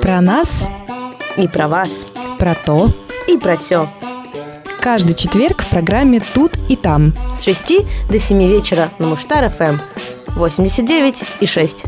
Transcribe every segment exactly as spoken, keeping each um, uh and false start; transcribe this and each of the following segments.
Про нас и про вас, про то и про сё. Каждый четверг в программе «Тут и там» с шести до семи вечера на Муштар эф эм восемьдесят девять и шесть.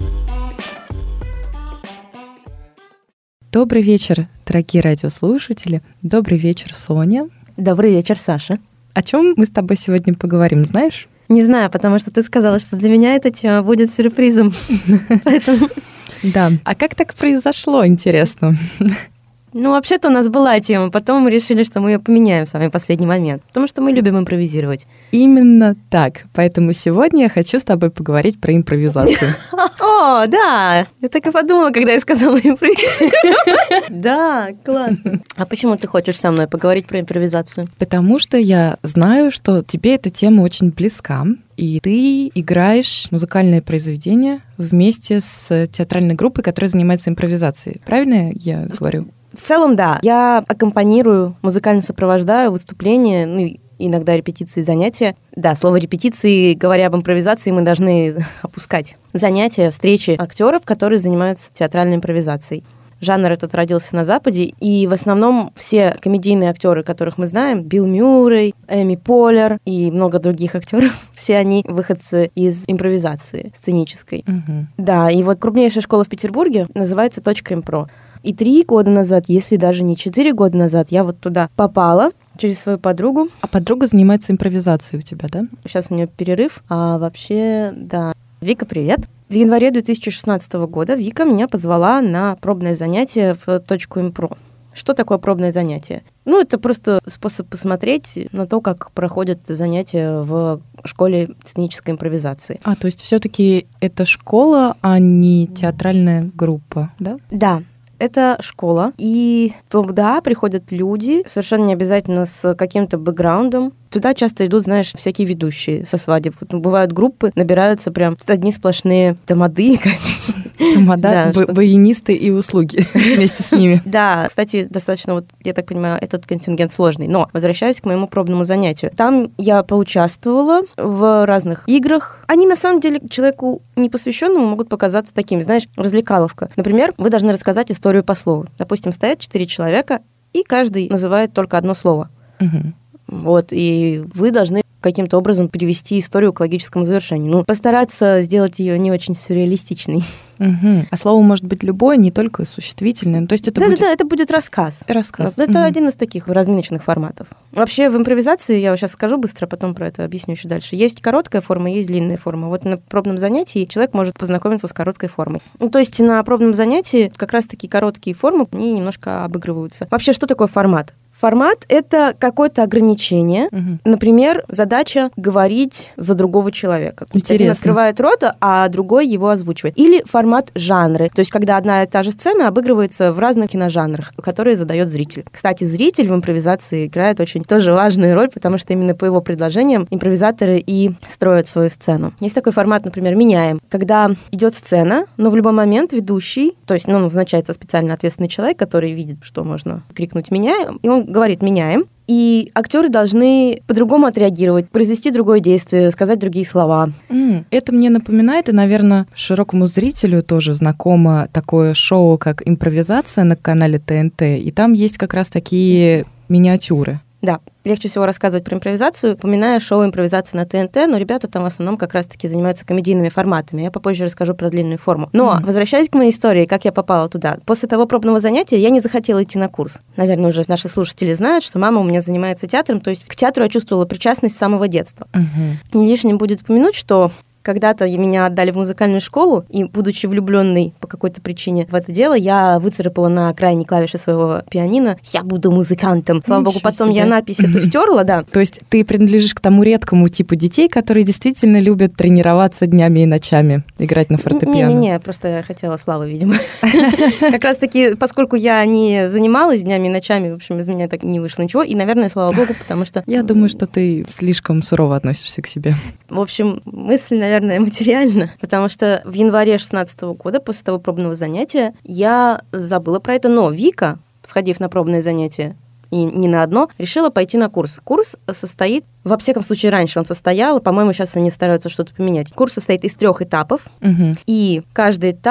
Добрый вечер, дорогие радиослушатели. Добрый вечер, Соня. Добрый вечер, Саша. О чем мы с тобой сегодня поговорим, знаешь? Не знаю, потому что ты сказала, что для меня эта тема будет сюрпризом. Поэтому... Да. А как так произошло, интересно? Ну, вообще-то у нас была тема, потом мы решили, что мы ее поменяем в самый последний момент, потому что мы любим импровизировать. Именно так. Поэтому сегодня я хочу с тобой поговорить про импровизацию. О, да! Я так и подумала, когда я сказала импровизировать. Да, классно. А почему ты хочешь со мной поговорить про импровизацию? Потому что я знаю, что тебе эта тема очень близка, и ты играешь музыкальное произведение вместе с театральной группой, которая занимается импровизацией. Правильно я говорю? В целом, да. Я аккомпанирую, музыкально сопровождаю выступления, ну, иногда репетиции, занятия. Да, слово репетиции, говоря об импровизации, мы должны опускать. Занятия, встречи актеров, которые занимаются театральной импровизацией. Жанр этот родился на Западе, и в основном все комедийные актеры, которых мы знаем, Билл Мюррей, Эми Поллер и много других актеров, все они выходцы из импровизации сценической. Угу. Да, и вот крупнейшая школа в Петербурге называется «Точка импро». И три года назад, если даже не четыре года назад, я вот туда попала через свою подругу. А подруга занимается импровизацией у тебя, да? Сейчас у нее перерыв, а вообще, да. Вика, привет. В январе две тысячи шестнадцатого года Вика меня позвала на пробное занятие в «Точку импро». Что такое пробное занятие? Ну, это просто способ посмотреть на то, как проходят занятия в школе сценической импровизации. А, то есть все-таки это школа, а не театральная группа, да? Да. Это школа, и туда приходят люди, совершенно не обязательно с каким-то бэкграундом. Туда часто идут, знаешь, всякие ведущие со свадеб. Вот, ну, бывают группы, набираются прям одни сплошные тамады. Тамада, баянисты и услуги вместе с ними. Да, кстати, достаточно, вот я так понимаю, этот контингент сложный. Но, возвращаясь к моему пробному занятию, там я поучаствовала в разных играх. Они, на самом деле, человеку непосвященному могут показаться такими, знаешь, развлекаловка. Например, вы должны рассказать историю по слову. Допустим, стоят четыре человека, и каждый называет только одно слово. Угу. Вот, и вы должны каким-то образом привести историю к логическому завершению. Ну, постараться сделать ее не очень сюрреалистичной. Угу. А слово может быть любое, не только существительное. То есть это да, будет... Да, да, это будет рассказ. Рассказ. Это угу. один из таких разминочных форматов. Вообще в импровизации, я сейчас скажу быстро, потом про это объясню еще дальше, есть короткая форма, есть длинная форма. Вот на пробном занятии человек может познакомиться с короткой формой. Ну, то есть на пробном занятии как раз-таки короткие формы, они немножко обыгрываются. Вообще, что такое формат? Формат — это какое-то ограничение. Угу. Например, задача говорить за другого человека. Интересно. Один открывает рот, а другой его озвучивает. Или формат жанры. То есть когда одна и та же сцена обыгрывается в разных киножанрах, которые задает зритель. Кстати, зритель в импровизации играет очень тоже важную роль, потому что именно по его предложениям импровизаторы и строят свою сцену. Есть такой формат, например, «меняем». Когда идет сцена, но в любой момент ведущий, то есть ну, назначается специально ответственный человек, который видит, что можно крикнуть «меняем», и он говорит «меняем», и актеры должны по-другому отреагировать, произвести другое действие, сказать другие слова. Mm, это мне напоминает, и, наверное, широкому зрителю тоже знакомо такое шоу, как «Импровизация» на канале тэ эн тэ, и там есть как раз такие миниатюры. Да, легче всего рассказывать про импровизацию, упоминая шоу «Импровизация» на тэ эн тэ, но ребята там в основном как раз-таки занимаются комедийными форматами. Я попозже расскажу про длинную форму. Но, mm. возвращаясь к моей истории, как я попала туда. После того пробного занятия я не захотела идти на курс. Наверное, уже наши слушатели знают, что мама у меня занимается театром, то есть к театру я чувствовала причастность с самого детства. Mm-hmm. Лишним будет упомянуть, что когда-то меня отдали в музыкальную школу, и, будучи влюбленной по какой-то причине в это дело, я выцарапала на крайней клавише своего пианино «Я буду музыкантом». Слава Ничего богу, потом себе. я надпись эту стерла, да. То есть ты принадлежишь к тому редкому типу детей, которые действительно любят тренироваться днями и ночами, играть на фортепиано? Не-не-не, просто я хотела славы, видимо. Как раз-таки, поскольку я не занималась днями и ночами, в общем, из меня так не вышло ничего, и, наверное, слава богу, потому что... Я думаю, что ты слишком сурово относишься к себе. В общем, мысль, наверное, материальна, потому что в январе шестнадцатого года, после того пробного занятия, я забыла про это, но Вика, сходив на пробное занятие, и не на одно, решила пойти на курс. Курс состоит, во всяком случае, раньше он состоял, и, по-моему, сейчас они стараются что-то поменять. Курс состоит из трех этапов, угу. и каждый этап —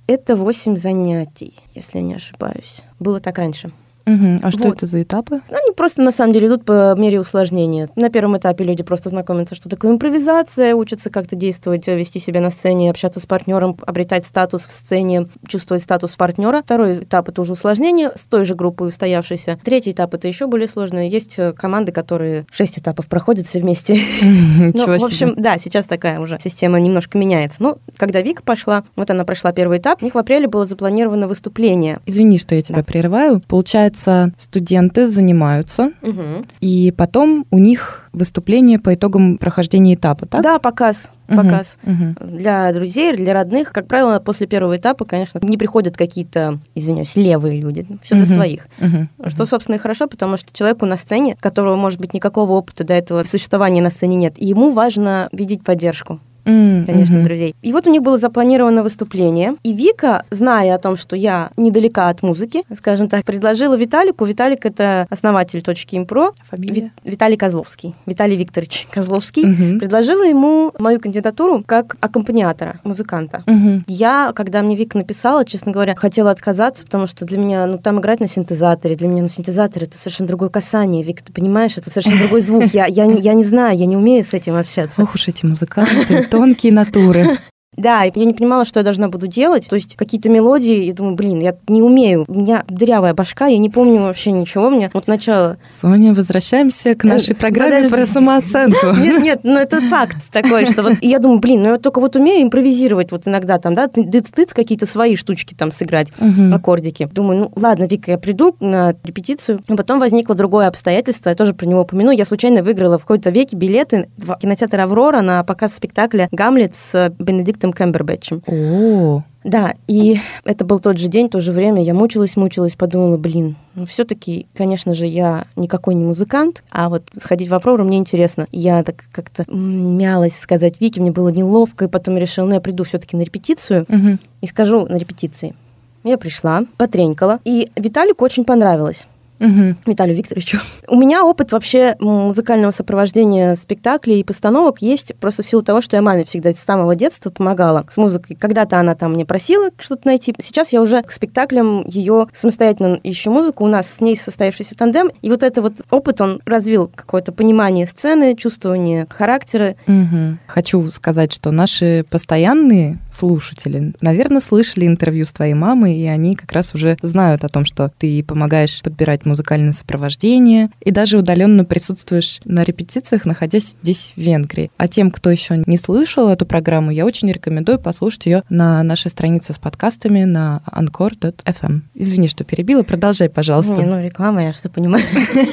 это восемь занятий, если я не ошибаюсь. Было так раньше. Угу. А что Вот. это за этапы? Они просто, на самом деле, идут по мере усложнения. На первом этапе люди просто знакомятся, что такое импровизация, учатся как-то действовать, вести себя на сцене, общаться с партнером, обретать статус в сцене, чувствовать статус партнера. Второй этап — это уже усложнение с той же группой устоявшейся. Третий этап — это еще более сложное. Есть команды, которые шесть этапов проходят все вместе. Ничего себе. В общем, да, сейчас такая уже система немножко меняется. Но когда Вика пошла, вот она прошла первый этап, у них в апреле было запланировано выступление. Извини, что я тебя прерываю. Получается, студенты занимаются, Угу. и потом у них выступление по итогам прохождения этапа, так? Да, показ. Мгм, показ. мгм. Для друзей, для родных, как правило, после первого этапа, конечно, не приходят какие-то, извиняюсь, левые люди. Все для Мгм, своих. мгм, Что, собственно, и хорошо, потому что человеку на сцене, которого, может быть, никакого опыта до этого существования на сцене нет, ему важно видеть поддержку. М, Конечно, мгм. друзей. И вот у них было запланировано выступление. И Вика, зная о том, что я недалека от музыки, скажем так, предложила Виталику. Виталик — это основатель точки Импро. Фамилия? Ви- Виталий Козловский. Виталий Викторович Козловский. Мгм. Предложила ему мою кандидатуру как аккомпаниатора, музыканта. Мгм. Я, когда мне Вика написала, честно говоря, хотела отказаться, потому что для меня, ну, там играть на синтезаторе, для меня, ну, синтезатор — это совершенно другое касание. Вика, ты понимаешь, это совершенно другой звук. Я, я, не- я не знаю, я не умею с этим общаться. Ох уж эти музыканты, тонкие натуры. Да, и я не понимала, что я должна буду делать. То есть какие-то мелодии, я думаю, блин, я не умею. У меня дырявая башка, я не помню вообще ничего. У меня вот начало... Соня, возвращаемся к нашей программе Подожди. про самооценку. Нет, нет, ну это факт такой, что вот... И я думаю, блин, ну я только вот умею импровизировать вот иногда там, да, дыц-дыц, какие-то свои штучки там сыграть, Мгм. аккордики. Думаю, ну ладно, Вика, я приду на репетицию. А потом возникло другое обстоятельство, я тоже про него упомяну. Я случайно выиграла в какой-то веке билеты в кинотеатр «Аврора» на показ спектакля «Гамлет» с Бенедиктом Камбербэтчем. О, Да, и это был тот же день, то же время. Я мучилась, мучилась, подумала, блин, ну все-таки, конечно же, я никакой не музыкант, а вот сходить в «Аврору» мне интересно. Я так как-то м, мялась сказать Вике, мне было неловко, и потом я решила, ну я приду все-таки на репетицию мгм. и скажу на репетиции. Я пришла, потренькала, и Виталику очень понравилось. Мгм. Виталию Викторовичу. У меня опыт вообще музыкального сопровождения спектаклей и постановок есть просто в силу того, что я маме всегда с самого детства помогала с музыкой. Когда-то она там мне просила что-то найти. Сейчас я уже к спектаклям ее самостоятельно ищу музыку. У нас с ней состоявшийся тандем. И вот это вот опыт, он развил какое-то понимание сцены, чувствование характера. Мгм. Хочу сказать, что наши постоянные слушатели, наверное, слышали интервью с твоей мамой, и они как раз уже знают о том, что ты помогаешь подбирать музыкальное сопровождение и даже удаленно присутствуешь на репетициях, находясь здесь, в Венгрии. А тем, кто еще не слышал эту программу, я очень рекомендую послушать ее на нашей странице с подкастами на анкор точка эф эм. Извини, что перебила, продолжай, пожалуйста. Не, ну, реклама, я что понимаю.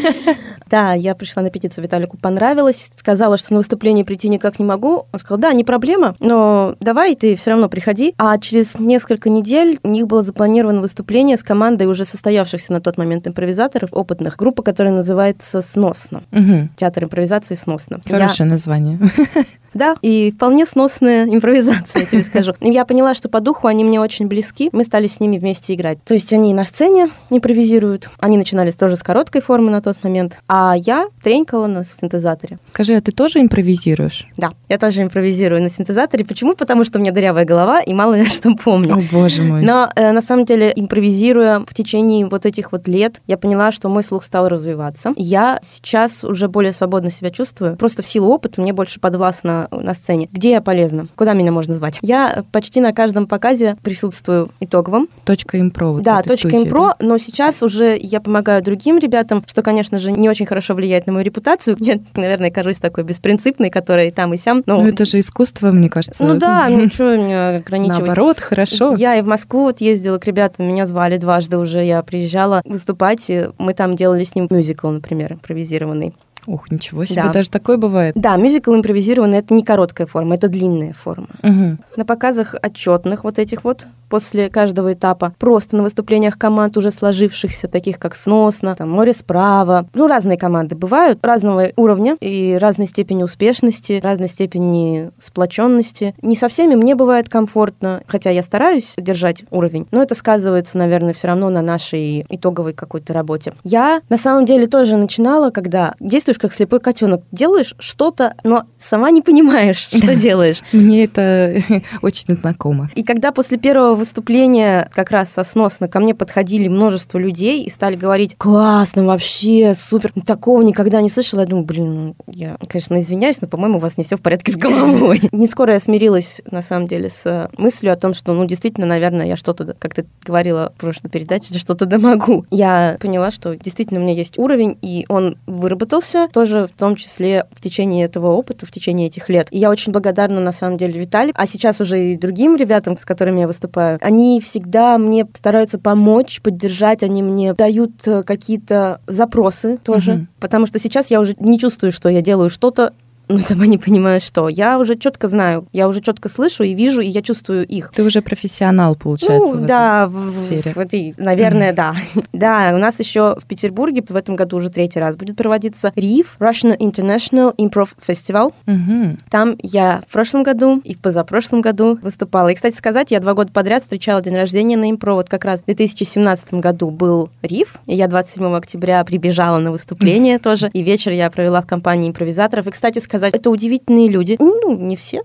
Да, я пришла на репетицию, Виталику понравилось, сказала, что на выступление прийти никак не могу. Он сказал, да, не проблема, но давай ты все равно приходи. А через несколько недель у них было запланировано выступление с командой уже состоявшихся на тот момент импровизаторов, опытных. Группа, которая называется «Сносно». Мгм. Театр импровизации «Сносно». Хорошее название. Я- Да, и вполне сносная импровизация, я тебе скажу. И я поняла, что по духу они мне очень близки. Мы стали с ними вместе играть. То есть они на сцене импровизируют. Они начинали тоже с короткой формы на тот момент. А я тренькала на синтезаторе. Скажи, а ты тоже импровизируешь? Да, я тоже импровизирую на синтезаторе. Почему? Потому что у меня дырявая голова, и мало ли что помню. О, боже мой. Но э, на самом деле, импровизируя в течение вот этих вот лет, я поняла, что мой слух стал развиваться. Я сейчас уже более свободно себя чувствую. Просто в силу опыта мне больше подвластно на сцене. Где я полезна? Куда меня можно звать? Я почти на каждом показе присутствую итоговым. Точка импро. вот Да, в этой точка студии, импро, но сейчас уже я помогаю другим ребятам, что, конечно же, не очень хорошо влияет на мою репутацию. Я, наверное, кажусь такой беспринципной, которая и там, и сям. Но... Ну, это же искусство, мне кажется. Ну да, ну что меня ограничивать? Наоборот, хорошо. Я и в Москву вот ездила к ребятам, меня звали дважды уже, я приезжала выступать, и мы там делали с ним мюзикл, например, импровизированный. Ух, ничего себе, Да. даже такое бывает. Да, мюзикл импровизированный — это не короткая форма, это длинная форма. Мгм. На показах отчетных вот этих вот, после каждого этапа, просто на выступлениях команд уже сложившихся, таких как «Сносно», там, «Море справа». Ну, разные команды бывают, разного уровня и разной степени успешности, разной степени сплоченности. Не со всеми мне бывает комфортно, хотя я стараюсь держать уровень, но это сказывается, наверное, все равно на нашей итоговой какой-то работе. Я, на самом деле, тоже начинала, когда действуешь как слепой котенок, делаешь что-то, но сама не понимаешь, что делаешь. Мне это очень знакомо. И когда после первого выступления как раз со сносно ко мне подходили множество людей и стали говорить: классно, вообще, супер, такого никогда не слышала. Я думаю, блин, я, конечно, извиняюсь, но, по-моему, у вас не все в порядке с головой. Не скоро я смирилась, на самом деле, с мыслью о том, что, ну, действительно, наверное, я что-то, как ты говорила в прошлой передаче, что-то да могу. Я поняла, что действительно у меня есть уровень, и он выработался тоже в том числе в течение этого опыта, в течение этих лет. И я очень благодарна, на самом деле, Виталику, а сейчас уже и другим ребятам, с которыми я выступаю. Они всегда мне стараются помочь, поддержать, они мне дают какие-то запросы тоже, mm-hmm. потому что сейчас я уже не чувствую, что я делаю что-то, но сама не понимаю, что. Я уже четко знаю, я уже четко слышу и вижу, и я чувствую их. Ты уже профессионал, получается, ну, в да, этой в, сфере. В этой, наверное, да. Да, у нас еще в Петербурге в этом году уже третий раз будет проводиться РИФ, Russian International Improv Festival. Угу. Там я в прошлом году и в позапрошлом году выступала. И, кстати сказать, я два года подряд встречала день рождения на импро. Вот как раз в две тысячи семнадцатом году был РИФ, и я двадцать седьмого октября прибежала на выступление тоже. И вечер я провела в компании импровизаторов. И, кстати сказать, это удивительные люди. Ну, не все.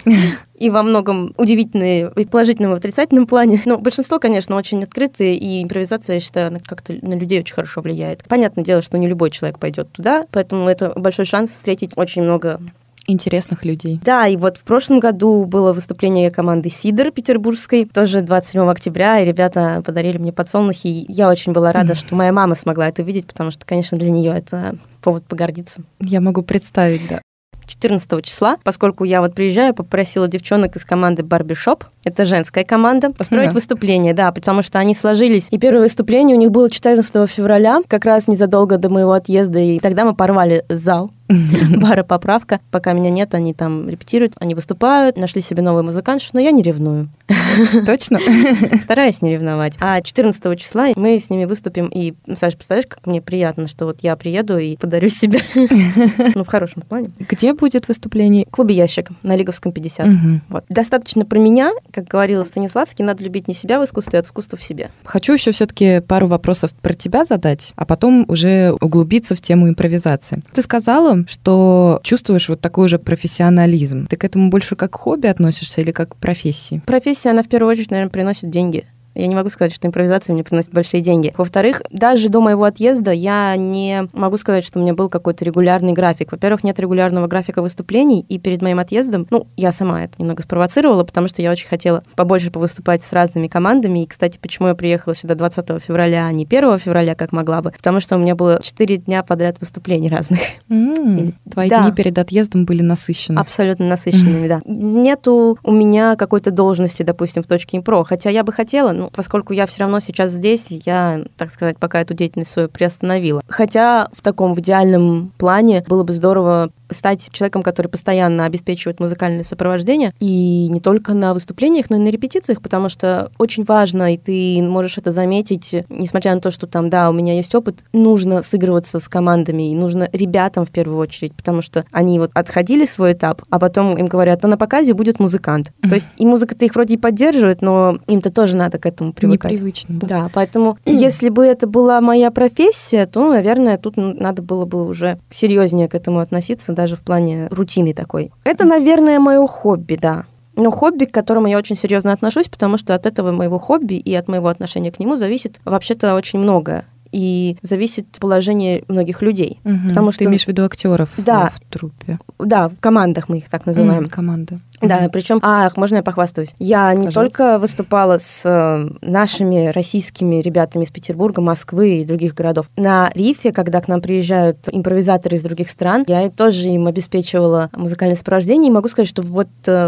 И во многом удивительные и в положительном, и в отрицательном плане. Но большинство, конечно, очень открытые, и импровизация, я считаю, она как-то на людей очень хорошо влияет. Понятное дело, что не любой человек пойдет туда, поэтому это большой шанс встретить очень много интересных людей. Да, и вот в прошлом году было выступление команды «Сидор» петербургской, тоже двадцать седьмого октября, и ребята подарили мне подсолнухи, и я очень была рада, что моя мама смогла это видеть, потому что, конечно, для нее это повод погордиться. Я могу представить, да. четырнадцатого числа, поскольку я вот приезжаю, попросила девчонок из команды «Барбишоп», это женская команда, устроить yeah. выступление, да, потому что они сложились. И первое выступление у них было четырнадцатого февраля, как раз незадолго до моего отъезда, и тогда мы порвали зал бара «Поправка». Пока меня нет, они там репетируют, они выступают, нашли себе новую музыкантшу, но я не ревную. Точно? Стараюсь не ревновать. А четырнадцатого числа мы с ними выступим, и, Саша, представляешь, как мне приятно, что вот я приеду и подарю себя. Ну, в хорошем плане. Где будет выступление? В клубе «Ящик» на Лиговском пятьдесят. Угу. Вот. Достаточно про меня, как говорила Станиславский, надо любить не себя в искусстве, а искусство в себе. Хочу еще все-таки пару вопросов про тебя задать, а потом уже углубиться в тему импровизации. Ты сказала, что чувствуешь вот такой же профессионализм. Ты к этому больше как хобби относишься или как к профессии? Профессия, она в первую очередь, наверное, приносит деньги. Я не могу сказать, что импровизация мне приносит большие деньги. Во-вторых, даже до моего отъезда я не могу сказать, что у меня был какой-то регулярный график. Во-первых, нет регулярного графика выступлений, и перед моим отъездом, ну, я сама это немного спровоцировала, потому что я очень хотела побольше повыступать с разными командами. И, кстати, почему я приехала сюда двадцатого февраля, а не первого февраля, как могла бы? Потому что у меня было четыре дня подряд выступлений разных. Mm, Или... Твои да. дни перед отъездом были насыщены. Абсолютно насыщенными, да. Нету у меня какой-то должности, допустим, в точке импро, хотя я бы хотела, ну, поскольку я все равно сейчас здесь, я, так сказать, пока эту деятельность свою приостановила. Хотя в таком в идеальном плане было бы здорово стать человеком, который постоянно обеспечивает музыкальное сопровождение, и не только на выступлениях, но и на репетициях, потому что очень важно, и ты можешь это заметить, несмотря на то, что там, да, у меня есть опыт, нужно сыгрываться с командами, и нужно ребятам в первую очередь, потому что они вот отходили свой этап, а потом им говорят, а на показе будет музыкант. Mm-hmm. То есть и музыка-то их вроде и поддерживает, но им-то тоже надо к этому привыкать. Непривычно. Да, да, поэтому mm-hmm. если бы это была моя профессия, то, наверное, тут надо было бы уже серьезнее к этому относиться, даже в плане рутины такой. Это, наверное, мое хобби, да. Но хобби, к которому я очень серьезно отношусь, потому что от этого моего хобби и от моего отношения к нему зависит вообще-то очень многое. И зависит положение многих людей. Угу. Потому что... Ты имеешь в виду актеров да, в труппе? Да, в командах мы их так называем. Mm, команды. Да, причем, ах, можно я похвастаюсь? Я не Пожалуйста. Только выступала с нашими российскими ребятами из Петербурга, Москвы и других городов. На РИФе, когда к нам приезжают импровизаторы из других стран, я тоже им обеспечивала музыкальное сопровождение. И могу сказать, что вот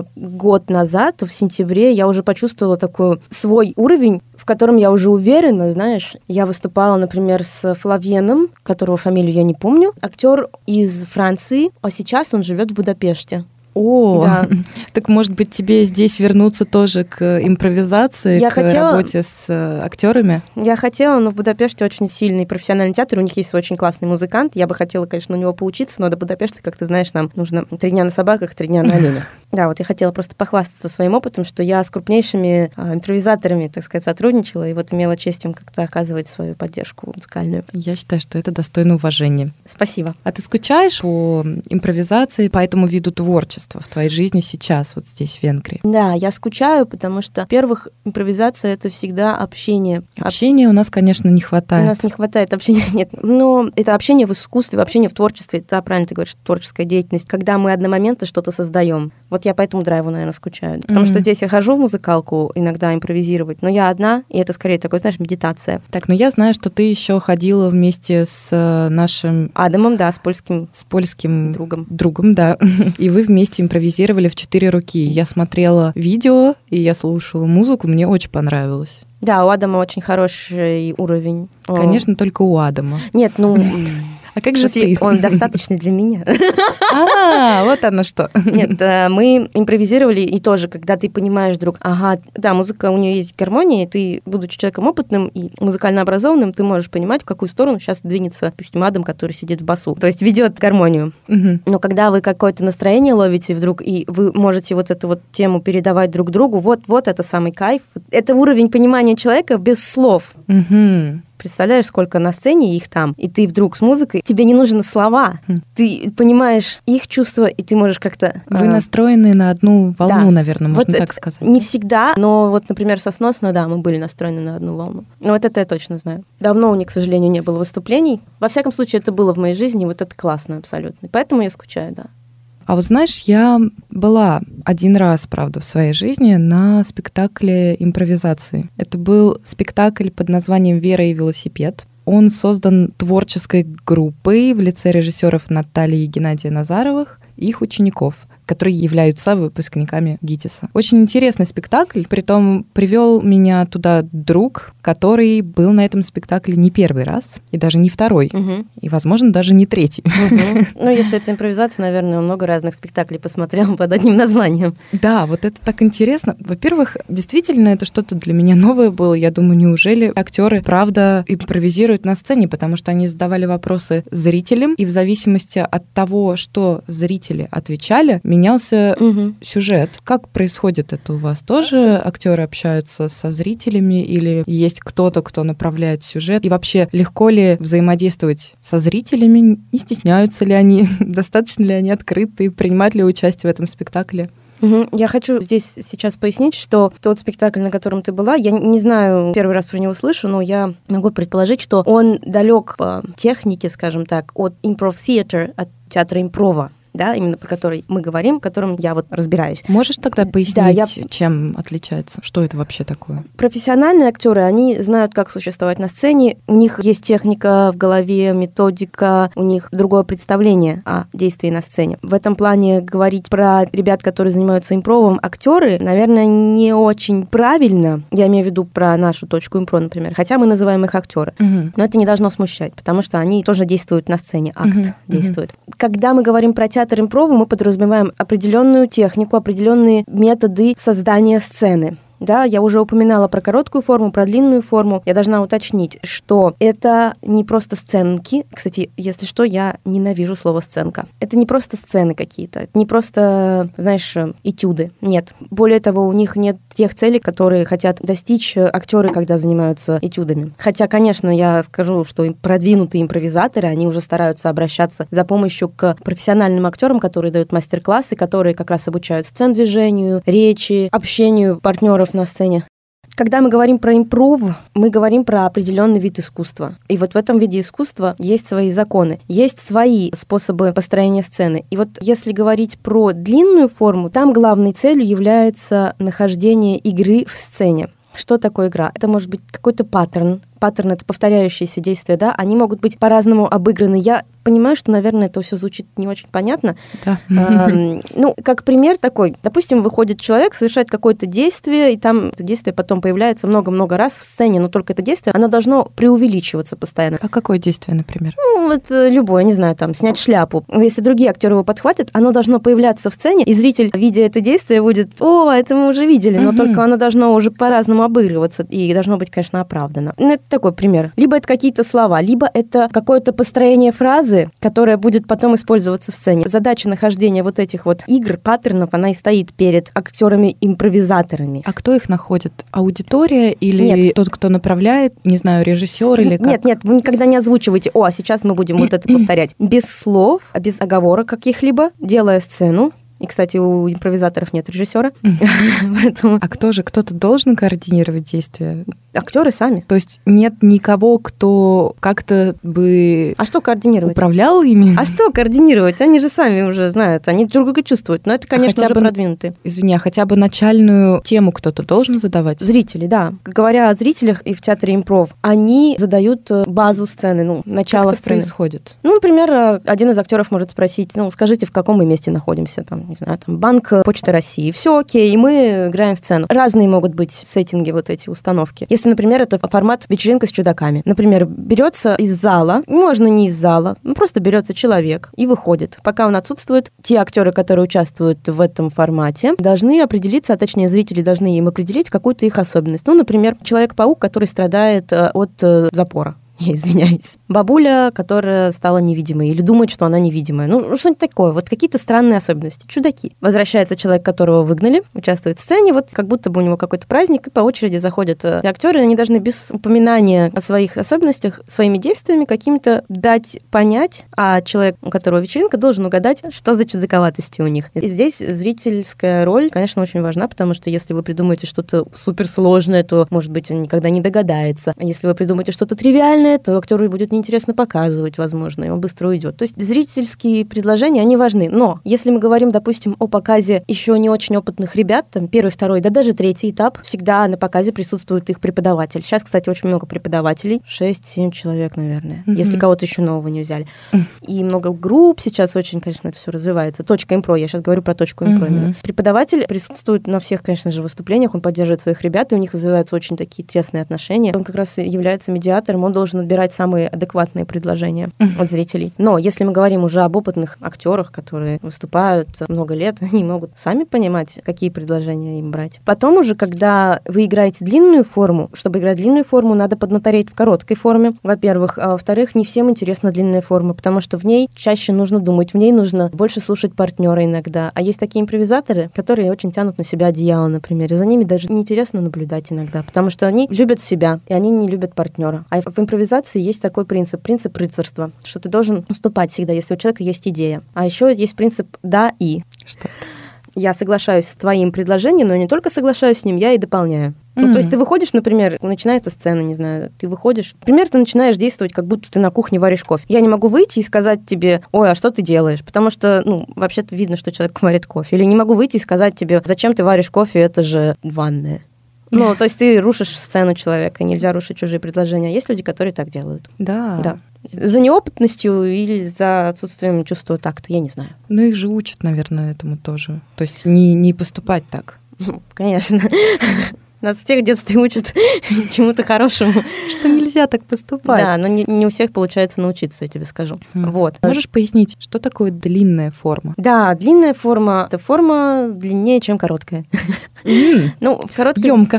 год назад, в сентябре, я уже почувствовала такой свой уровень, в котором я уже уверена, знаешь. Я выступала, например, с Флавьеном, которого фамилию я не помню, актер из Франции, а сейчас он живет в Будапеште. О, да. Так, может быть, тебе здесь вернуться тоже к импровизации, я к хотела... работе с актерами? Я хотела, но в Будапеште очень сильный профессиональный театр, у них есть очень классный музыкант. Я бы хотела, конечно, у него поучиться, но до Будапешта, как ты знаешь, нам нужно три дня на собаках, три дня на оленях. Да, вот я хотела просто похвастаться своим опытом, что я с крупнейшими а, импровизаторами, так сказать, сотрудничала, и вот имела честь им как-то оказывать свою поддержку музыкальную. Я считаю, что это достойно уважения. Спасибо. А ты скучаешь по импровизации, по этому виду творчества? творчество в твоей жизни сейчас, вот здесь, в Венгрии? Да, я скучаю, потому что, во-первых, импровизация — это всегда общение. Общения у нас, конечно, не хватает. У нас не хватает общения, нет. Но это общение в искусстве, общение в творчестве. Да, правильно ты говоришь, творческая деятельность, когда мы одномоментно что-то создаем. Вот я по этому драйву, наверное, скучаю. Потому mm-hmm. что здесь я хожу в музыкалку иногда импровизировать, но я одна, и это скорее такой, знаешь, медитация. Так, но я знаю, что ты еще ходила вместе с нашим... Адамом, да, с польским... С польским другом. Другом, да. И вы вместе импровизировали в четыре руки. Я смотрела видео, и я слушала музыку, мне очень понравилось. Да, у Адама очень хороший уровень. Конечно, О. только у Адама. Нет, ну... А как же ты? Он достаточный для меня. А, вот оно что. Нет, мы импровизировали, и тоже, когда ты понимаешь вдруг, ага, да, музыка, у нее есть гармония, и ты, будучи человеком опытным и музыкально образованным, ты можешь понимать, в какую сторону сейчас двинется, допустим, Адам, который сидит в басу. То есть ведет гармонию. Угу. Но когда вы какое-то настроение ловите вдруг, и вы можете вот эту вот тему передавать друг другу, вот, вот это самый кайф. Это уровень понимания человека без слов. Угу. Представляешь, сколько на сцене их там, и ты вдруг с музыкой, тебе не нужны слова, mm. ты понимаешь их чувства, и ты можешь как-то... Вы э... настроены на одну волну, да. наверное, можно вот так сказать. Не всегда, но вот, например, со «Сносно», да, мы были настроены на одну волну. Но вот это я точно знаю. Давно у них, к сожалению, не было выступлений. Во всяком случае, это было в моей жизни, вот это классно абсолютно. Поэтому я скучаю, да. А вот знаешь, я была один раз, правда, в своей жизни на спектакле импровизации. Это был спектакль под названием «Вера и велосипед». Он создан творческой группой в лице режиссеров Натальи и Геннадия Назаровых и их учеников, которые являются выпускниками ГИТИСа. Очень интересный спектакль, притом привел меня туда друг, который был на этом спектакле не первый раз, и даже не второй, угу. и, возможно, даже не третий. Угу. Ну, если это импровизация, наверное, он много разных спектаклей посмотрел под одним названием. Да, вот это так интересно. Во-первых, действительно, это что-то для меня новое было. Я думаю, неужели актеры, правда, импровизируют на сцене, потому что они задавали вопросы зрителям, и в зависимости от того, что зрители отвечали, менялся угу. сюжет. Как происходит это у вас? Тоже актеры общаются со зрителями или есть кто-то, кто направляет сюжет? И вообще, легко ли взаимодействовать со зрителями? Не стесняются ли они? Достаточно ли они открыты? Принимают ли участие в этом спектакле? Угу. Я хочу здесь сейчас пояснить, что тот спектакль, на котором ты была, я не знаю, первый раз про него слышу, но я могу предположить, что он далек по технике, скажем так, от импров-театра, от театра импрова. Да, именно про который мы говорим, в котором я вот разбираюсь. Можешь тогда пояснить, да, я... чем отличается? Что это вообще такое? Профессиональные актеры, они знают, как существовать на сцене. У них есть техника в голове, методика, у них другое представление о действии на сцене. В этом плане говорить про ребят, которые занимаются импровом, актеры, наверное, не очень правильно. Я имею в виду про нашу точку импро, например. Хотя мы называем их актеры. Угу. Но это не должно смущать, потому что они тоже действуют на сцене, акт угу. действует. Угу. Когда мы говорим про театр импрова, мы подразумеваем определенную технику, определенные методы создания сцены. Да, я уже упоминала про короткую форму, про длинную форму. Я должна уточнить, что это не просто сценки. Кстати, если что, я ненавижу слово «сценка». Это не просто сцены какие-то, это не просто, знаешь, этюды. Нет. Более того, у них нет тех целей, которые хотят достичь актеры, когда занимаются этюдами. Хотя, конечно, я скажу, что продвинутые импровизаторы, они уже стараются обращаться за помощью к профессиональным актерам, которые дают мастер-классы, которые как раз обучают сцен-движению, речи, общению партнеров на сцене. Когда мы говорим про импров, мы говорим про определенный вид искусства. И вот в этом виде искусства есть свои законы, есть свои способы построения сцены. И вот если говорить про длинную форму, там главной целью является нахождение игры в сцене. Что такое игра? Это может быть какой-то паттерн. Паттерн — это повторяющиеся действия, да? Они могут быть по-разному обыграны. Я понимаю, что, наверное, это все звучит не очень понятно. Да. Эм, ну, как пример такой. Допустим, выходит человек, совершает какое-то действие, и там это действие потом появляется много-много раз в сцене, но только это действие, оно должно преувеличиваться постоянно. А какое действие, например? Ну, вот любое, не знаю, там, снять шляпу. Если другие актеры его подхватят, оно должно появляться в сцене, и зритель, видя это действие, будет: о, это мы уже видели, но угу. только оно должно уже по-разному обыгрываться, и должно быть, конечно, оправдано. Ну, это такой пример. Либо это какие-то слова, либо это какое-то построение фразы, которая будет потом использоваться в сцене. Задача нахождения вот этих вот игр, паттернов, она и стоит перед актерами-импровизаторами. А кто их находит? Аудитория или нет. тот, кто направляет, не знаю, режиссер или как? Нет, нет, вы никогда не озвучиваете: о, а сейчас мы будем вот это повторять. Без слов, без оговорок каких-либо, делая сцену, И, кстати, у импровизаторов нет режиссера. А кто же? Кто-то должен координировать действия? Актеры сами. То есть нет никого, кто как-то бы... А что координировать? Управлял ими? А что координировать? Они же сами уже знают, они друг друга чувствуют. Но это, конечно, хотя уже бы, продвинутые. Извини, а хотя бы начальную тему кто-то должен задавать? Зрители, да. Говоря о зрителях и в театре импров, они задают базу сцены, ну, начало как это сцены. Происходит? Ну, например, один из актеров может спросить, ну, скажите, в каком мы месте находимся, там, не знаю, там, Банк Почты России. Все окей, и мы играем в сцену. Разные могут быть сеттинги, вот эти установки. Если, например, это формат вечеринка с чудаками. Например, берется из зала, можно не из зала, ну, просто берется человек и выходит. Пока он отсутствует, те актеры, которые участвуют в этом формате, должны определиться, а точнее зрители должны им определить какую-то их особенность. Ну, например, Человек-паук, который страдает от запора. Я извиняюсь. Бабуля, которая стала невидимой или думает, что она невидимая. Ну, что-нибудь такое. Вот какие-то странные особенности. Чудаки. Возвращается человек, которого выгнали, участвует в сцене, вот как будто бы у него какой-то праздник, и по очереди заходят актеры, они должны без упоминания о своих особенностях, своими действиями каким-то дать понять, а человек, у которого вечеринка, должен угадать, что за чудаковатости у них. И здесь зрительская роль, конечно, очень важна, потому что если вы придумаете что-то суперсложное, то, может быть, он никогда не догадается. А если вы придумаете что-то тривиальное, то актеру будет неинтересно показывать, возможно, и он быстро уйдет. То есть зрительские предложения, они важны. Но если мы говорим, допустим, о показе еще не очень опытных ребят, там первый, второй, да даже третий этап, всегда на показе присутствует их преподаватель. Сейчас, кстати, очень много преподавателей, шесть-семь человек, наверное, mm-hmm. если кого-то еще нового не взяли. Mm-hmm. И много групп сейчас очень, конечно, это все развивается. Точка импро, я сейчас говорю про точку импро. Mm-hmm. Преподаватель присутствует на всех, конечно же, выступлениях, он поддерживает своих ребят, и у них развиваются очень такие тесные отношения. Он как раз является медиатором, он должен отбирать самые адекватные предложения mm-hmm. от зрителей. Но если мы говорим уже об опытных актерах, которые выступают много лет, они могут сами понимать, какие предложения им брать. Потом уже, когда вы играете длинную форму, чтобы играть длинную форму, надо поднатореть в короткой форме, во-первых. А во-вторых, не всем интересна длинная форма, потому что в ней чаще нужно думать, в ней нужно больше слушать партнера иногда. А есть такие импровизаторы, которые очень тянут на себя одеяло, например, и за ними даже неинтересно наблюдать иногда, потому что они любят себя, и они не любят партнера. А в импровизации есть такой принцип, принцип рыцарства, что ты должен уступать всегда, если у человека есть идея. А еще есть принцип «да» и. Что это? Я соглашаюсь с твоим предложением, но не только соглашаюсь с ним, я и дополняю. Mm-hmm. Ну, то есть ты выходишь, например, начинается сцена, не знаю, ты выходишь, например, ты начинаешь действовать, как будто ты на кухне варишь кофе. Я не могу выйти и сказать тебе: ой, а что ты делаешь? Потому что, ну, вообще-то видно, что человек варит кофе. Или не могу выйти и сказать тебе: зачем ты варишь кофе, это же ванная. Ну, то есть ты рушишь сцену человека, нельзя рушить чужие предложения. Есть люди, которые так делают. Да. Да. За неопытностью или за отсутствием чувства такта, я не знаю. Ну, их же учат, наверное, этому тоже. То есть не, не поступать так. Конечно. Нас всех в детстве учат чему-то хорошему. Что нельзя так поступать. Да, но не, не у всех получается научиться, я тебе скажу. Mm. Вот. Можешь пояснить, что такое длинная форма? Да, длинная форма — это форма длиннее, чем короткая. Mm. Ну, в короткой... Ёмко.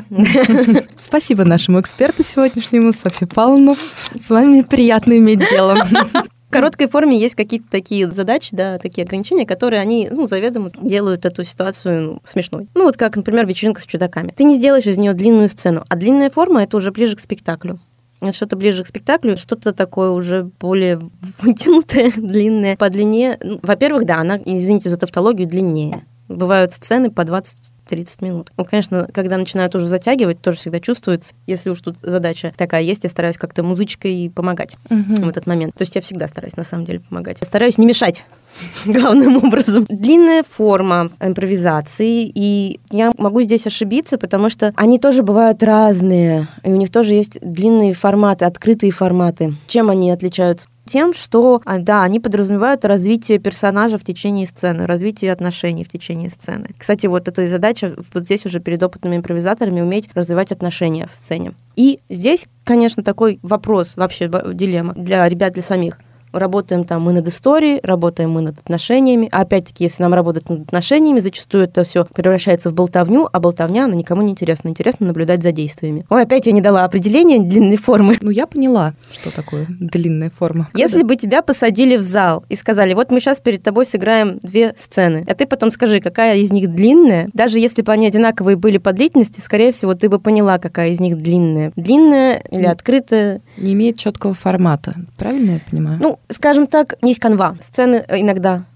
Спасибо нашему эксперту сегодняшнему, Софье Павловне. С вами приятно иметь дело. В короткой форме есть какие-то такие задачи, да, такие ограничения, которые они, ну, заведомо делают эту ситуацию ну, смешной. Ну, вот как, например, вечеринка с чудаками. Ты не сделаешь из нее длинную сцену, а длинная форма — это уже ближе к спектаклю. Что-то ближе к спектаклю, что-то такое уже более вытянутое, длинное. По длине, ну, во-первых, да, она, извините за тавтологию, длиннее. Бывают сцены по двадцать-тридцать минут. Ну, конечно, когда начинают уже затягивать, тоже всегда чувствуется. Если уж тут задача такая есть, я стараюсь как-то музычкой помогать uh-huh. в этот момент. То есть я всегда стараюсь, на самом деле, помогать. Я стараюсь не мешать главным образом. Длинная форма импровизации, и я могу здесь ошибиться, потому что они тоже бывают разные, и у них тоже есть длинные форматы, открытые форматы. Чем они отличаются? Тем, что, да, они подразумевают развитие персонажа в течение сцены, развитие отношений в течение сцены. Кстати, вот эта задача вот здесь уже перед опытными импровизаторами уметь развивать отношения в сцене. И здесь, конечно, такой вопрос, вообще дилемма для ребят, для самих. Работаем там мы над историей, работаем мы над отношениями. А опять-таки, если нам работать над отношениями, зачастую это все превращается в болтовню, а болтовня, она никому не интересна. Интересно наблюдать за действиями. Ой, опять я не дала определения длинной формы. Ну, я поняла, что такое длинная форма. Если бы тебя посадили в зал и сказали: вот мы сейчас перед тобой сыграем две сцены, а ты потом скажи, какая из них длинная, даже если бы они одинаковые были по длительности, скорее всего, ты бы поняла, какая из них длинная. Длинная или открытая. Не имеет четкого формата. Правильно я понимаю? Ну, скажем так, есть канва. Сцены иногда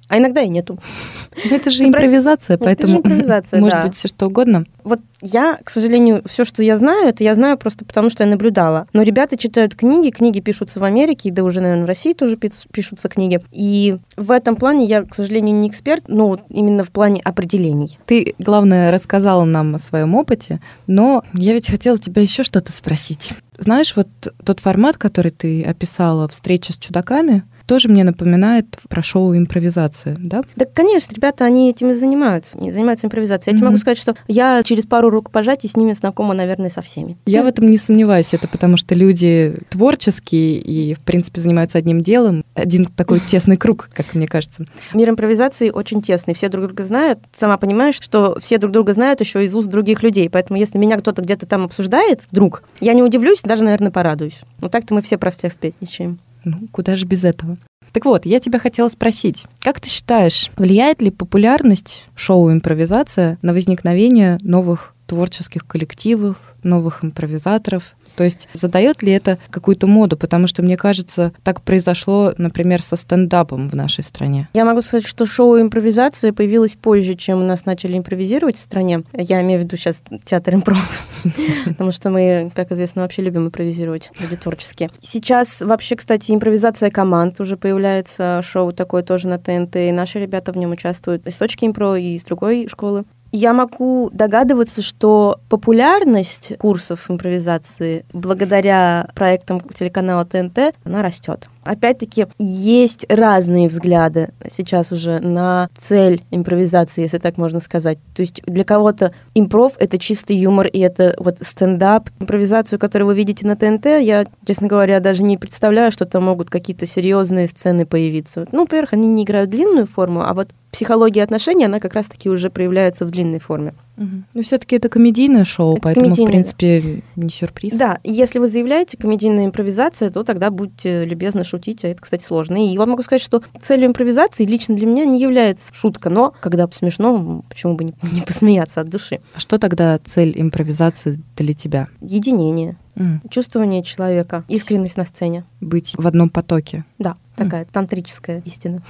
А иногда и нету. Но это же импровизация, поэтому импровизация, может да. быть все что угодно. Вот я, к сожалению, все, что я знаю, это я знаю просто потому, что я наблюдала. Но ребята читают книги, книги пишутся в Америке, да уже, наверное, в России тоже пишутся книги. И в этом плане я, к сожалению, не эксперт, но вот именно в плане определений. Ты, главное, рассказала нам о своем опыте, но я ведь хотела тебя еще что-то спросить. Знаешь, вот тот формат, который ты описала, встреча с чудаками, тоже мне напоминает про шоу импровизация, да? Да, конечно, ребята, они этим и занимаются, они занимаются импровизацией. Я mm-hmm. тебе могу сказать, что я через пару рукопожатий с ними знакома, наверное, со всеми. Я Ты... в этом не сомневаюсь, это потому что люди творческие и, в принципе, занимаются одним делом, один такой тесный круг, как мне кажется. Мир импровизации очень тесный, все друг друга знают. Сама понимаешь, что все друг друга знают еще из уст других людей, поэтому если меня кто-то где-то там обсуждает вдруг, я не удивлюсь, даже, наверное, порадуюсь. Но так-то мы все про всех сплетничаем. Ну, куда же без этого? Так вот, я тебя хотела спросить, как ты считаешь, влияет ли популярность шоу «Импровизация» на возникновение новых творческих коллективов, новых импровизаторов? То есть задает ли это какую-то моду? Потому что, мне кажется, так произошло, например, со стендапом в нашей стране. Я могу сказать, что шоу «Импровизация» появилось позже, чем у нас начали импровизировать в стране. Я имею в виду сейчас театр импров, потому что мы, как известно, вообще любим импровизировать, люди творческие. Сейчас вообще, кстати, импровизация команд уже появляется, шоу такое тоже на ТНТ, и наши ребята в нем участвуют из «Точки импро» и из другой школы. Я могу догадываться, что популярность курсов импровизации благодаря проектам телеканала ТНТ, она растет. Опять-таки, есть разные взгляды сейчас уже на цель импровизации, если так можно сказать. То есть для кого-то импров — это чистый юмор, и это вот стендап. Импровизацию, которую вы видите на ТНТ, я, честно говоря, даже не представляю, что там могут какие-то серьезные сцены появиться. Ну, во-первых, они не играют длинную форму, а вот психология отношений, она как раз-таки уже проявляется в длинной форме. Угу. Но все-таки это комедийное шоу, это поэтому, комедийное. В принципе, не сюрприз. Да, и если вы заявляете комедийная импровизация, то тогда будьте любезны шутить, а это, кстати, сложно. И я могу сказать, что целью импровизации лично для меня не является шутка, но когда смешно, почему бы не, не посмеяться от души. А что тогда цель импровизации для тебя? Единение. Mm. Чувствование человека, искренность на сцене. Быть в одном потоке. Да, такая mm. тантрическая истина.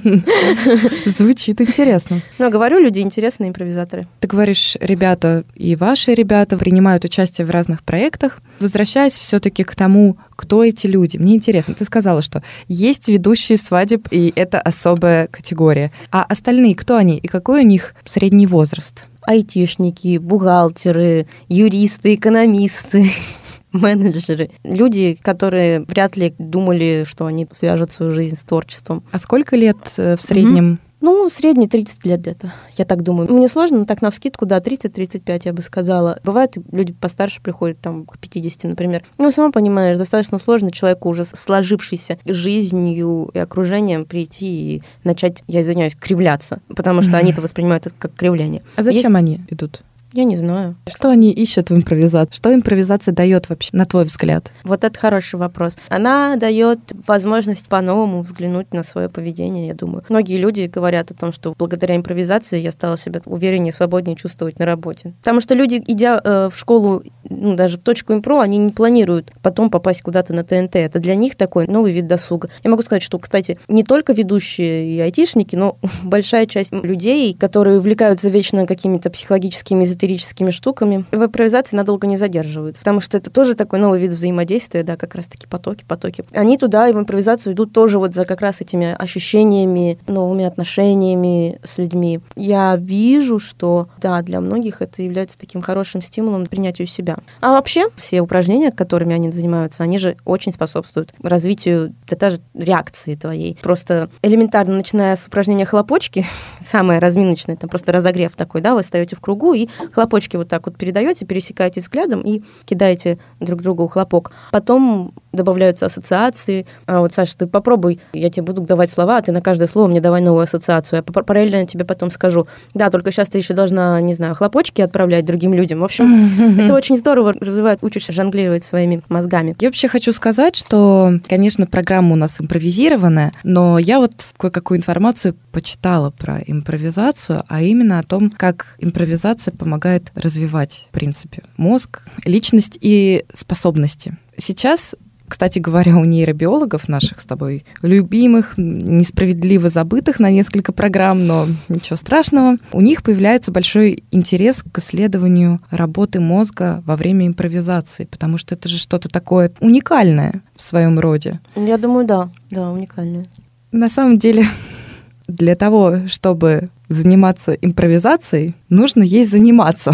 Звучит интересно. Но говорю, люди интересные импровизаторы. Ты говоришь, ребята и ваши ребята принимают участие в разных проектах. Возвращаясь все-таки к тому, кто эти люди. Мне интересно, ты сказала, что есть ведущие свадеб, и это особая категория. А остальные, кто они и какой у них средний возраст? Айтишники, бухгалтеры, юристы, экономисты, менеджеры. Люди, которые вряд ли думали, что они свяжут свою жизнь с творчеством. А сколько лет в среднем? Mm-hmm. Ну, средний тридцать лет где-то, я так думаю. Мне сложно, но так навскидку, да, тридцать-тридцать пять, я бы сказала. Бывает, люди постарше приходят, там, к пятидесяти, например. Ну, сама понимаешь, достаточно сложно человеку уже сложившейся жизнью и окружением прийти и начать, я извиняюсь, кривляться, потому что они-то воспринимают это как кривляние. А зачем Есть... они идут? Я не знаю. Что они ищут в импровизации? Что импровизация дает вообще, на твой взгляд? Вот это хороший вопрос. Она дает возможность по-новому взглянуть на свое поведение, я думаю. Многие люди говорят о том, что благодаря импровизации я стала себя увереннее, свободнее чувствовать на работе. Потому что люди, идя э, в школу, ну, даже в точку импро, они не планируют потом попасть куда-то на ТНТ. Это для них такой новый вид досуга. Я могу сказать, что, кстати, не только ведущие и айтишники, но большая часть людей, которые увлекаются вечно какими-то психологическими эзотерическими штуками, в импровизации надолго не задерживаются, потому что это тоже такой новый вид взаимодействия, да, как раз-таки потоки, потоки. Они туда и в импровизацию идут тоже вот за как раз этими ощущениями, новыми отношениями с людьми. Я вижу, что, да, для многих это является таким хорошим стимулом к принятию себя. А вообще, все упражнения, которыми они занимаются, они же очень способствуют развитию, да, даже реакции твоей. Просто элементарно, начиная с упражнения хлопочки, самое разминочное, там просто разогрев такой, да, вы встаете в кругу и хлопочки вот так вот передаете, пересекаете взглядом и кидаете друг другу хлопок. Потом добавляются ассоциации. А вот, Саша, ты попробуй, я тебе буду давать слова, а ты на каждое слово мне давай новую ассоциацию. Я параллельно тебе потом скажу, да, только сейчас ты еще должна, не знаю, хлопочки отправлять другим людям. В общем, это очень здорово развивает, учишься жонглировать своими мозгами. Я вообще хочу сказать, что, конечно, программа у нас импровизированная, но я вот кое-какую информацию почитала про импровизацию, а именно о том, как импровизация помогает развивать, в принципе, мозг, личность и способности. Сейчас Кстати говоря, у нейробиологов наших с тобой любимых, несправедливо забытых на несколько программ, но ничего страшного, у них появляется большой интерес к исследованию работы мозга во время импровизации, потому что это же что-то такое уникальное в своем роде. Я думаю, да, да, уникальное. На самом деле, для того, чтобы заниматься импровизацией, нужно ей заниматься.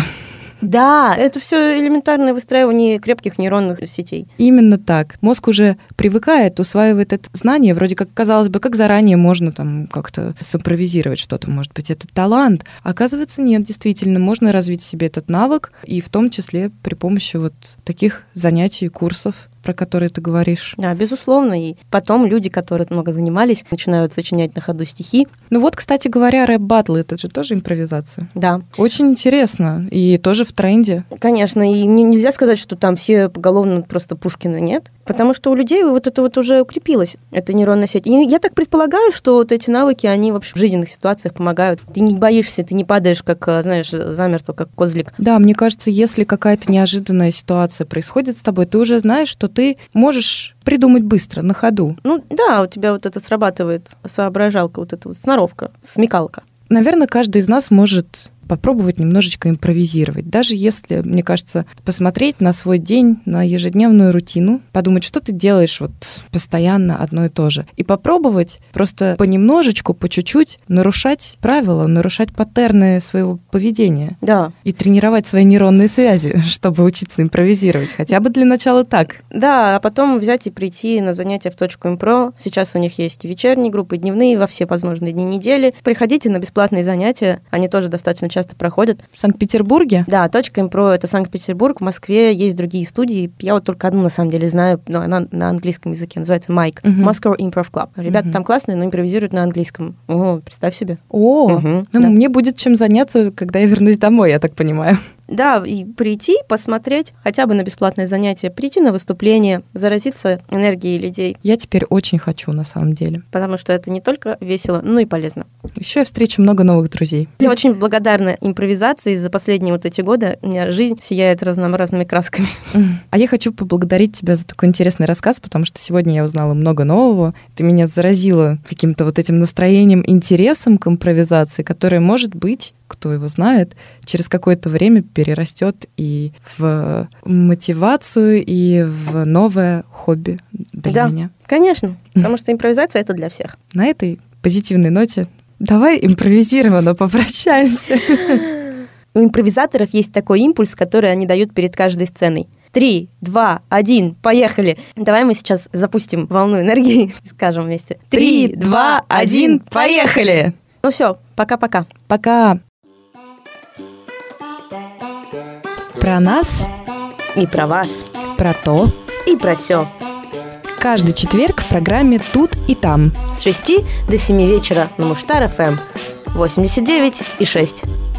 Да, это все элементарное выстраивание крепких нейронных сетей. Именно так. Мозг уже привыкает, усваивает это знание, вроде как, казалось бы, как заранее можно там как-то симпровизировать что-то, может быть, это талант. Оказывается, нет, действительно, можно развить в себе этот навык, и в том числе при помощи вот таких занятий, курсов, про которые ты говоришь. Да, безусловно. И потом люди, которые много занимались, начинают сочинять на ходу стихи. Ну вот, кстати говоря, рэп-баттлы — это же тоже импровизация. Да. Очень интересно. И тоже в тренде. Конечно. И мне нельзя сказать, что там все поголовно просто Пушкина, нет. Потому что у людей вот это вот уже укрепилось, эта нейронная сеть. И я так предполагаю, что вот эти навыки, они вообще в жизненных ситуациях помогают. Ты не боишься, ты не падаешь, как, знаешь, замертво, как козлик. Да, мне кажется, если какая-то неожиданная ситуация происходит с тобой, ты уже знаешь, что ты можешь придумать быстро, на ходу. Ну да, у тебя вот это срабатывает соображалка, вот эта вот сноровка, смекалка. Наверное, каждый из нас может попробовать немножечко импровизировать. Даже если, мне кажется, посмотреть на свой день, на ежедневную рутину, подумать, что ты делаешь вот постоянно одно и то же. И попробовать просто понемножечку, по чуть-чуть нарушать правила, нарушать паттерны своего поведения. Да. И тренировать свои нейронные связи, чтобы учиться импровизировать. Хотя бы для начала так. Да, а потом взять и прийти на занятия в точку импро. Сейчас у них есть и вечерние группы, и дневные, во все возможные дни недели. Приходите на бесплатные занятия, они тоже достаточно часто проходят. В Санкт-Петербурге? Да, точка импро — это Санкт-Петербург. В Москве есть другие студии. Я вот только одну, на самом деле, знаю, но она на английском языке, называется Майк. Uh-huh. Moscow Improv Club. Ребята uh-huh. там классные, но импровизируют на английском. О, представь себе. О, uh-huh. ну, да. Мне будет чем заняться, когда я вернусь домой, я так понимаю. Да, и прийти, посмотреть, хотя бы на бесплатное занятие, прийти на выступление, заразиться энергией людей. Я теперь очень хочу, на самом деле. Потому что это не только весело, но и полезно. Еще я встречу много новых друзей. Я очень благодарна импровизации. За последние вот эти годы у меня жизнь сияет разнообразными красками. А я хочу поблагодарить тебя за такой интересный рассказ, потому что сегодня я узнала много нового. Ты меня заразила каким-то вот этим настроением, интересом к импровизации, которое, может быть, кто его знает, через какое-то время перерастет и в мотивацию, и в новое хобби для да, меня. Конечно, потому что импровизация — это для всех. На этой позитивной ноте давай импровизированно попрощаемся. У импровизаторов есть такой импульс, который они дают перед каждой сценой. Три, два, один, поехали. Давай мы сейчас запустим волну энергии и скажем вместе. Три, два, один, поехали! Ну все, пока-пока. Пока. Про нас и про вас. Про то и про сё. Каждый четверг в программе «Тут и там». С шести до семи вечера на Муштар эф эм восемьдесят девять и шесть.